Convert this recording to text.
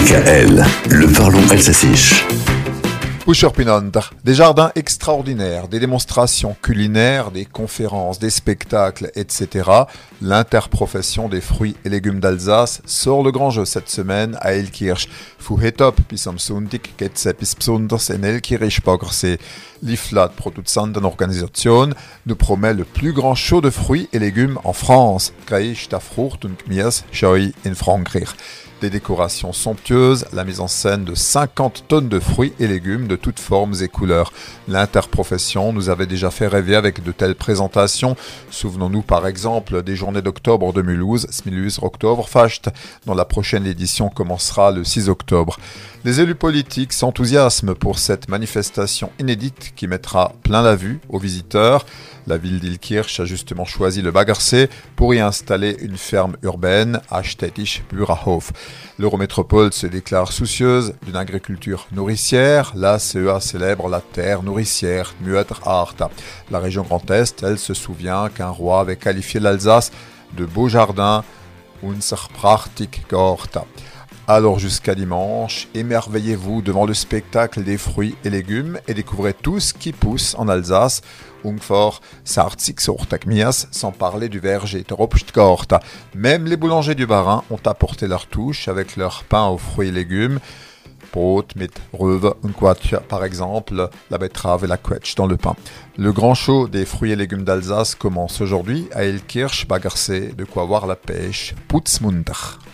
DKL, le parlons alsacien. Pusherpinander, des jardins extraordinaires, des démonstrations culinaires, des conférences, des spectacles, etc. L'interprofession des fruits et légumes d'Alsace sort le grand jeu cette semaine à Elkirch. Fuhetop bis am Sonntag geht's bis besonders in Elkirch Baggersee. L'IFLAT Produzentenorganisation nous promet le plus grand show de fruits et légumes en France. Greisch da Frucht und Gemüse Scheu in Frankreich. Des décorations somptueuses, la mise en scène de 50 tonnes de fruits et légumes de toutes formes et couleurs. L'interprofession nous avait déjà fait rêver avec de telles présentations. Souvenons-nous par exemple des journées d'octobre de Mulhouse, Smilhus Oktoberfest, dont la prochaine édition commencera le 6 octobre. Les élus politiques s'enthousiasment pour cette manifestation inédite qui mettra plein la vue aux visiteurs. La ville d'Ilkirch a justement choisi le Baggersee pour y installer une ferme urbaine à Städtisch Bürgerhof. L'Eurométropole se déclare soucieuse d'une agriculture nourricière. La CEA célèbre la terre nourricière, Mueterarta. La région Grand Est, elle, se souvient qu'un roi avait qualifié l'Alsace de beau jardin, unser prachtig Garten. Alors jusqu'à dimanche, émerveillez-vous devant le spectacle des fruits et légumes et découvrez tout ce qui pousse en Alsace. Ungefähr 60 Sorten Gemüse, sans parler du verger der Obstgarten. Même les boulangers du Bas-Rhin ont apporté leur touche avec leur pain aux fruits et légumes. Brot mit Röwe und Quatsch, par exemple, la betterave et la quetsch dans le pain. Le grand show des fruits et légumes d'Alsace commence aujourd'hui à Elkirch Baggersee, de quoi voir la pêche Putzmunter.